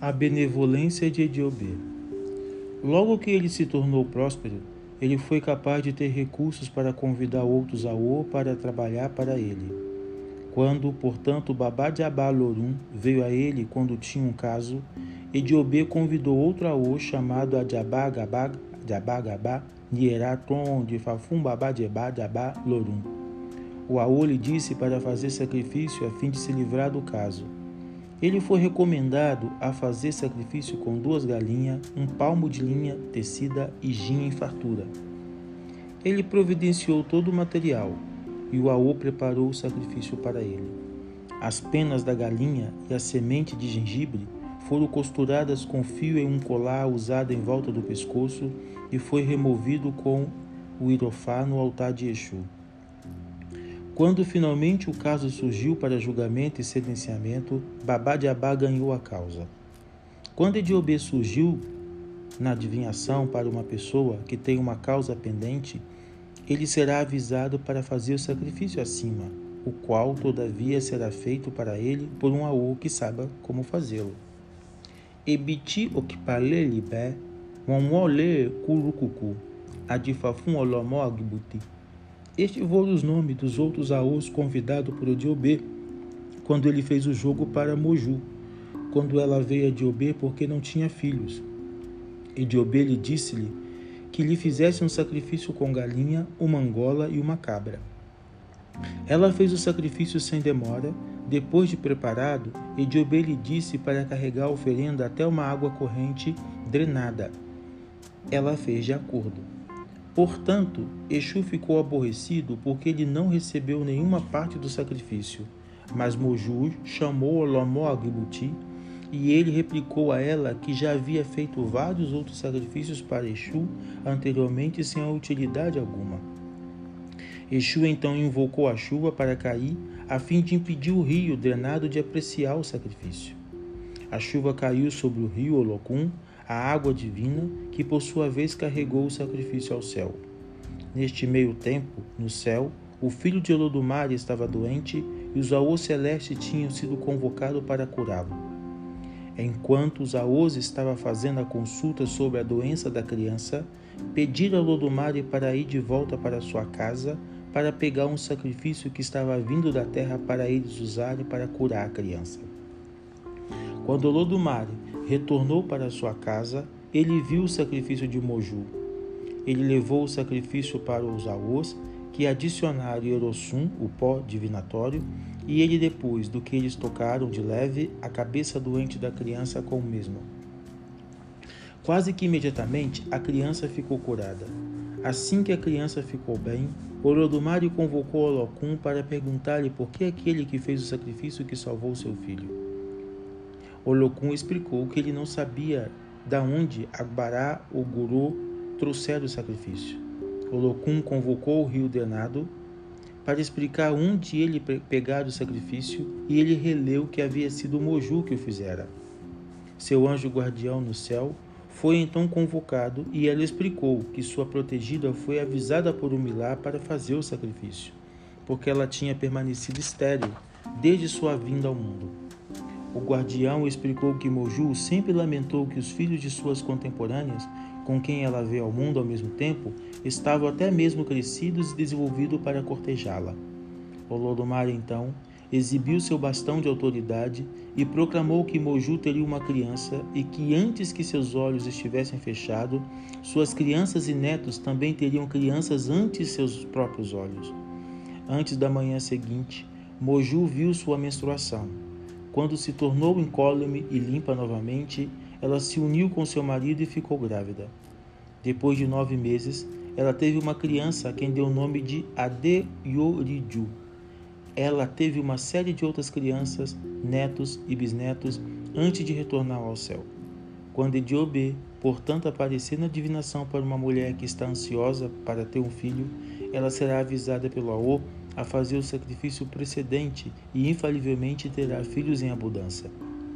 A benevolência de Ediobê. Logo que ele se tornou próspero, ele foi capaz de ter recursos para convidar outros Aô para trabalhar para ele. Quando, portanto, Babá de Abá Lorum veio a ele quando tinha um caso, Ediobê convidou outro Aô chamado Adiabá Gabá Nieraton de Fafum Babá de Abá Lorum. O Aô lhe disse para fazer sacrifício a fim de se livrar do caso. Ele foi recomendado a fazer sacrifício com 2 galinhas, 1 palmo de linha tecida e gin em fartura. Ele providenciou todo o material, e o Aô preparou o sacrifício para ele. As penas da galinha e a semente de gengibre foram costuradas com fio em um colar usado em volta do pescoço e foi removido com o irofá no altar de Exu. Quando finalmente o caso surgiu para julgamento e sentenciamento, Babá de Abá ganhou a causa. Quando Ediobê surgiu na adivinhação para uma pessoa que tem uma causa pendente, ele será avisado para fazer o sacrifício acima, o qual, todavia, será feito para ele por um Aô que saiba como fazê-lo. Ebiti okipale libé, wamole kurukuku, adifafum olomó agbuti. Estes foram os nomes dos outros Aôs convidados por Ediobê quando ele fez o jogo para Moju, quando ela veio a Ediobê porque não tinha filhos. Ediobê lhe disse-lhe que lhe fizesse um sacrifício com galinha, uma angola e uma cabra. Ela fez o sacrifício sem demora. Depois de preparado, Ediobê lhe disse para carregar a oferenda até uma água corrente drenada. Ela fez de acordo. Portanto, Exu ficou aborrecido porque ele não recebeu nenhuma parte do sacrifício. Mas Moju chamou Olomó Agbuti e ele replicou a ela que já havia feito vários outros sacrifícios para Exu anteriormente sem utilidade alguma. Exu então invocou a chuva para cair a fim de impedir o rio drenado de apreciar o sacrifício. A chuva caiu sobre o rio Olocum, a água divina, que por sua vez carregou o sacrifício ao céu. Neste meio tempo, no céu, o filho de Olodumare estava doente e os Aôs celestes tinham sido convocados para curá-lo. Enquanto os Aôs estavam fazendo a consulta sobre a doença da criança, pediram a Olodumare para ir de volta para sua casa para pegar um sacrifício que estava vindo da terra para eles usarem para curar a criança. Quando Olodumare retornou para sua casa, ele viu o sacrifício de Moju. Ele levou o sacrifício para os Aôs, que adicionaram Erossum, o pó divinatório, e ele depois do que eles tocaram de leve a cabeça doente da criança com o mesmo. Quase que imediatamente a criança ficou curada. Assim que a criança ficou bem, Olodumare convocou Olocum para perguntar-lhe por que aquele que fez o sacrifício que salvou seu filho. Olocum explicou que ele não sabia de onde Agbará ou Guru trouxeram o sacrifício. Olocum convocou o rio Drenado para explicar onde ele pegara o sacrifício e ele releu que havia sido Moju que o fizera. Seu anjo guardião no céu foi então convocado e ela explicou que sua protegida foi avisada por Umilá para fazer o sacrifício, porque ela tinha permanecido estéril desde sua vinda ao mundo. O guardião explicou que Moju sempre lamentou que os filhos de suas contemporâneas, com quem ela veio ao mundo ao mesmo tempo, estavam até mesmo crescidos e desenvolvidos para cortejá-la. Olodumare, então, exibiu seu bastão de autoridade e proclamou que Moju teria uma criança e que antes que seus olhos estivessem fechados, suas crianças e netos também teriam crianças antes de seus próprios olhos. Antes da manhã seguinte, Moju viu sua menstruação. Quando se tornou incólume e limpa novamente, ela se uniu com seu marido e ficou grávida. Depois de 9 meses, ela teve uma criança a quem deu o nome de Adeyoriju. Ela teve uma série de outras crianças, netos e bisnetos antes de retornar ao céu. Quando Ediobê, portanto, aparecer na divinação para uma mulher que está ansiosa para ter um filho, ela será avisada pelo Aô a fazer o sacrifício precedente e infalivelmente terá filhos em abundância.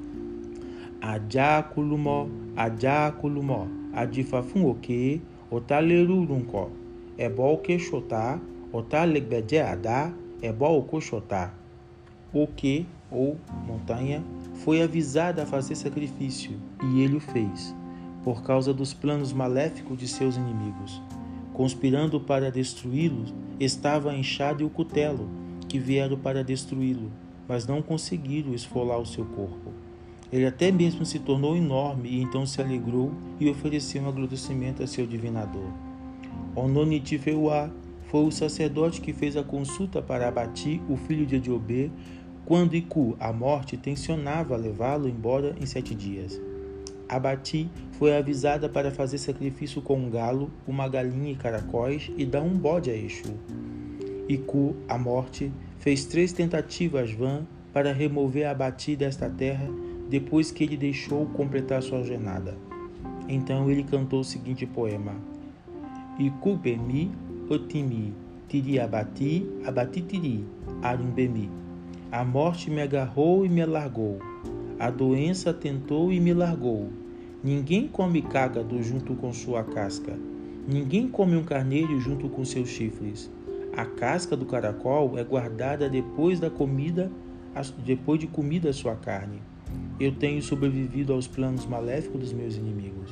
Ajakulumó, adifafun oke, otalerurunko, ebol queixotá, otalegbedeadá, ebol coxotá. Oque, ou montanha, foi avisada a fazer sacrifício, e ele o fez, por causa dos planos maléficos de seus inimigos. Conspirando para destruí-lo, estava a enxada e o cutelo, que vieram para destruí-lo, mas não conseguiram esfolar o seu corpo. Ele até mesmo se tornou enorme e então se alegrou e ofereceu um agradecimento a seu divinador. Ononitifeuá foi o sacerdote que fez a consulta para Abati, o filho de Ediobê, quando Iku, a morte, tensionava levá-lo embora em 7 dias. Abati foi avisada para fazer sacrifício com um galo, uma galinha e caracóis e dar um bode a Exu. Iku, a morte, fez 3 tentativas vãs para remover Abati desta terra depois que ele deixou completar sua jornada. Então ele cantou o seguinte poema: Iku bemi, otimi, tiri abati, abati tiri, arumbemi. A morte me agarrou e me largou. A doença tentou e me largou. Ninguém come cágado junto com sua casca. Ninguém come um carneiro junto com seus chifres. A casca do caracol é guardada depois de comida a sua carne. Eu tenho sobrevivido aos planos maléficos dos meus inimigos.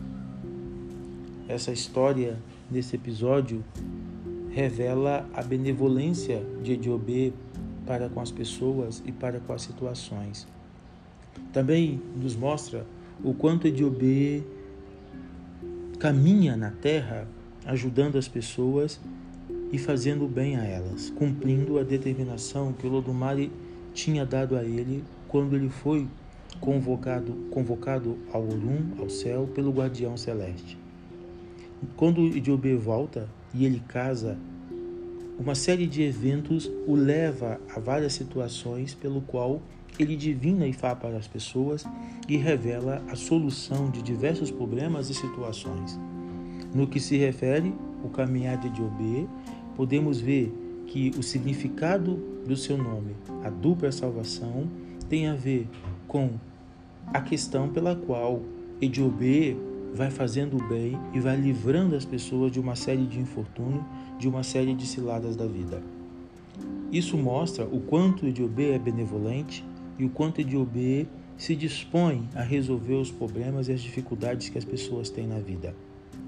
Essa história, nesse episódio, revela a benevolência de Ediobê para com as pessoas e para com as situações. Também nos mostra o quanto Ediobê caminha na terra ajudando as pessoas e fazendo bem a elas, cumprindo a determinação que o Olodumare tinha dado a ele quando ele foi convocado ao Olum, ao céu, pelo guardião celeste. Quando Ediobê volta e ele casa, uma série de eventos o leva a várias situações pelo qual ele divina Ifá para as pessoas e revela a solução de diversos problemas e situações. No que se refere ao caminhar de Ediobê, podemos ver que o significado do seu nome, a dupla salvação, tem a ver com a questão pela qual Ediobê vai fazendo o bem e vai livrando as pessoas de uma série de infortúnios, de uma série de ciladas da vida. Isso mostra o quanto Ediobê é benevolente e o quanto Ediobê se dispõe a resolver os problemas e as dificuldades que as pessoas têm na vida.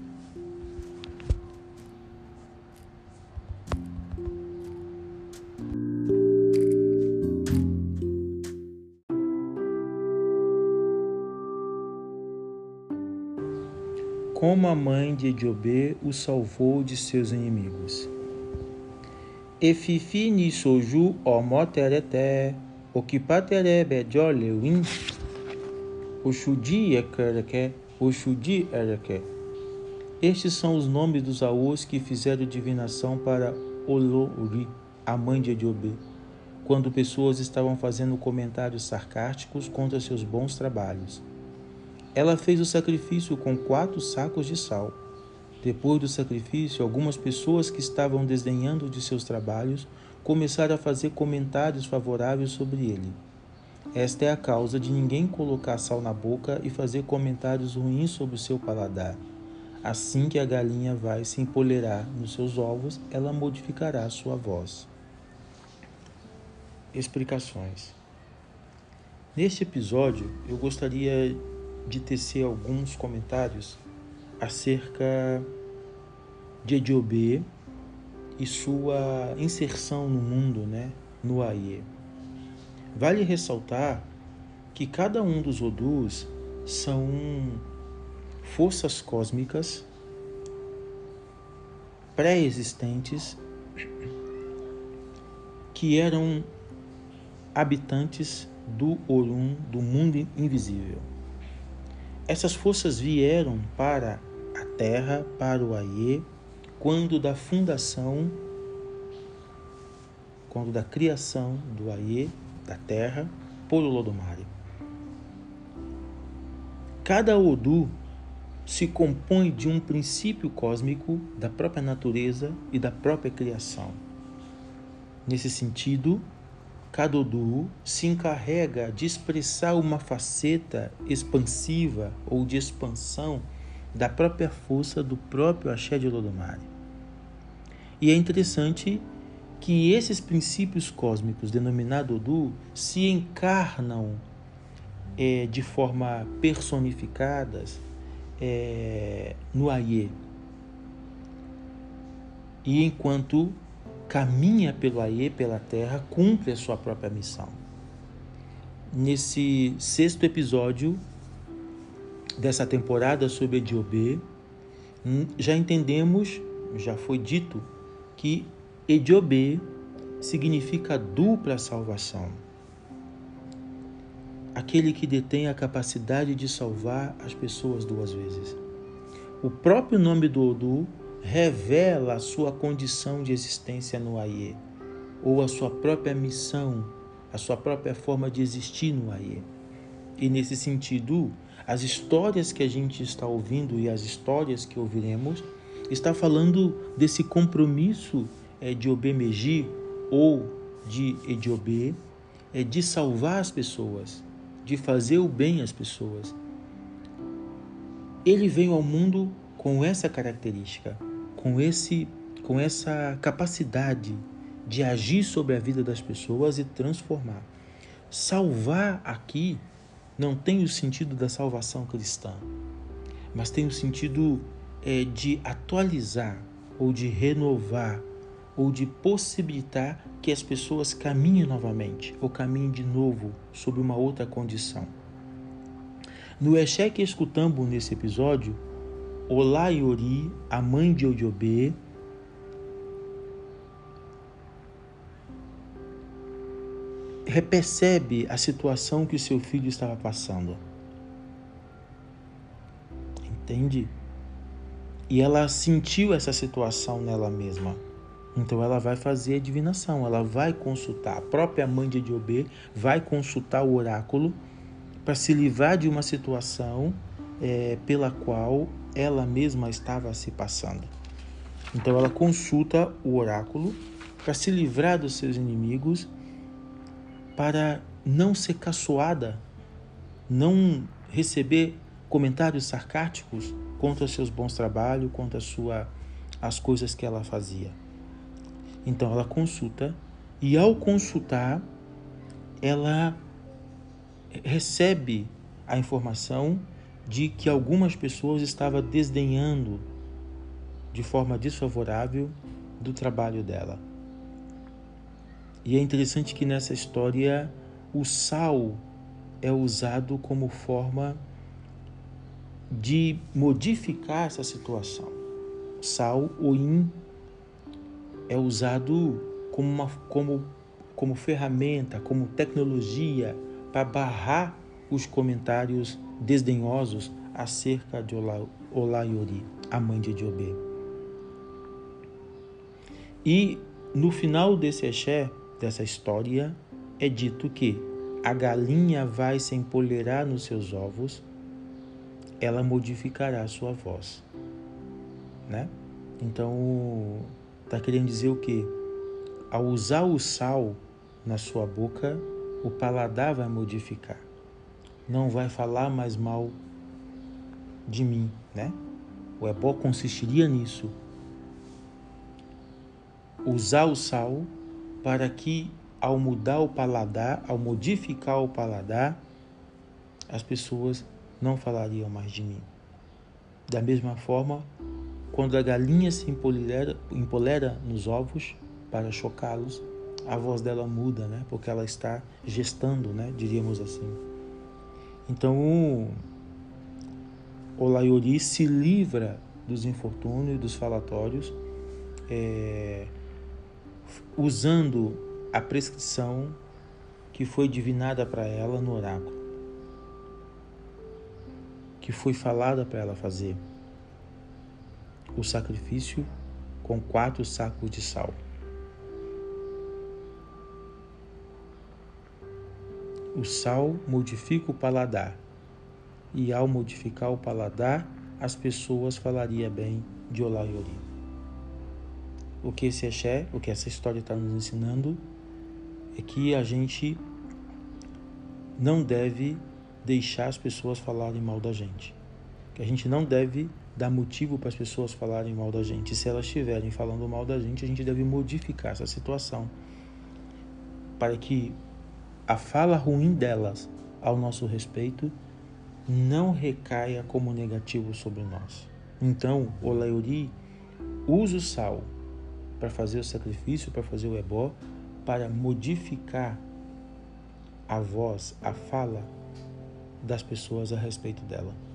Como a mãe de Ediobê o salvou de seus inimigos. Efifi ni soju omoterete, okipatere bejolewin, oxudi ekereke, oxudi ereke. Estes são os nomes dos aôs que fizeram divinação para Olori, a mãe de Ediobê, quando pessoas estavam fazendo comentários sarcásticos contra seus bons trabalhos. Ela fez o sacrifício com 4 sacos de sal. Depois do sacrifício, algumas pessoas que estavam desdenhando de seus trabalhos começaram a fazer comentários favoráveis sobre ele. Esta é a causa de ninguém colocar sal na boca e fazer comentários ruins sobre o seu paladar. Assim que a galinha vai se empoleirar nos seus ovos, ela modificará sua voz. Explicações. Neste episódio, eu gostaria de tecer alguns comentários acerca de Ediobê e sua inserção no mundo, no Aie. Vale ressaltar que cada um dos Odus são forças cósmicas pré-existentes que eram habitantes do Orun, do mundo invisível. Essas forças vieram para a Terra, para o Aie, quando da criação do Aie, da Terra, por Olodumare. Cada Odu se compõe de um princípio cósmico da própria natureza e da própria criação. Nesse sentido, cada Odu se encarrega de expressar uma faceta expansiva ou de expansão da própria força do próprio Axé de Olodumare. E é interessante que esses princípios cósmicos denominados Odu se encarnam de forma personificadas no Aie. E enquanto caminha pelo Aie, pela terra, cumpre a sua própria missão. Nesse 6º episódio dessa temporada sobre Ediobê, já entendemos, já foi dito, que Ediobê significa dupla salvação. Aquele que detém a capacidade de salvar as pessoas 2 vezes. O próprio nome do Odu revela a sua condição de existência no Aie, ou a sua própria missão, a sua própria forma de existir no Aie. E nesse sentido, as histórias que a gente está ouvindo e as histórias que ouviremos está falando desse compromisso de Obê-Meji ou de Ediobê, de salvar as pessoas, de fazer o bem às pessoas. Ele veio ao mundo com essa característica, com essa capacidade de agir sobre a vida das pessoas e transformar. Salvar aqui não tem o sentido da salvação cristã, mas tem o sentido de atualizar, ou de renovar, ou de possibilitar que as pessoas caminhem novamente, ou caminhem de novo sob uma outra condição. No Exé que escutamos nesse episódio, Olaiori, a mãe de Ediobê, percebe a situação que o seu filho estava passando. Entende? E ela sentiu essa situação nela mesma. Então ela vai fazer a divinação, ela vai consultar. A própria mãe de Ediobê vai consultar o oráculo para se livrar de uma situação pela qual ela mesma estava se passando. Então ela consulta o oráculo para se livrar dos seus inimigos, para não ser caçoada, não receber comentários sarcásticos contra seus bons trabalhos, contra as coisas que ela fazia. Então ela consulta, e ao consultar, ela recebe a informação de que algumas pessoas estavam desdenhando de forma desfavorável do trabalho dela. E é interessante que nessa história o sal é usado como forma de modificar essa situação. Sal, oim, é usado como ferramenta, como tecnologia para barrar os comentários desdenhosos acerca de Olaiori, a mãe de Ediobê. E no final desse Exé, dessa história, é dito que a galinha vai se empoleirar nos seus ovos, ela modificará a sua voz, né? Então, está querendo dizer o quê? Ao usar o sal na sua boca, o paladar vai modificar. Não vai falar mais mal de mim, né? O ebó consistiria nisso. Usar o sal para que, ao mudar o paladar, ao modificar o paladar, as pessoas não falariam mais de mim. Da mesma forma, quando a galinha se empolera nos ovos para chocá-los, a voz dela muda, né? Porque ela está gestando, né? Diríamos assim. Então, Olaiori se livra dos infortúnios e dos falatórios, usando a prescrição que foi divinada para ela no oráculo, que foi falada para ela fazer: o sacrifício com 4 sacos de sal. O sal modifica o paladar, e ao modificar o paladar, as pessoas falariam bem de Olaiori. O que esse Exé, o que essa história está nos ensinando é que a gente não deve deixar as pessoas falarem mal da gente. Que a gente não deve dar motivo para as pessoas falarem mal da gente. E se elas estiverem falando mal da gente, a gente deve modificar essa situação para que a fala ruim delas ao nosso respeito não recaia como negativo sobre nós. Então, o Laori usa o sal para fazer o sacrifício, para fazer o ebó, para modificar a voz, a fala das pessoas a respeito dela.